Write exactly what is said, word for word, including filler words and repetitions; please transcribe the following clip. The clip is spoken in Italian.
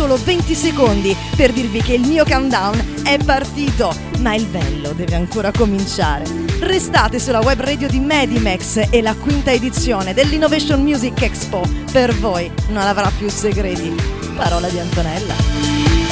solo venti secondi per dirvi che il mio countdown è partito, ma il bello deve ancora cominciare. Restate sulla web radio di Medimax e la quinta edizione dell'Innovation Music Expo per voi non avrà più segreti. Parola di Antonella.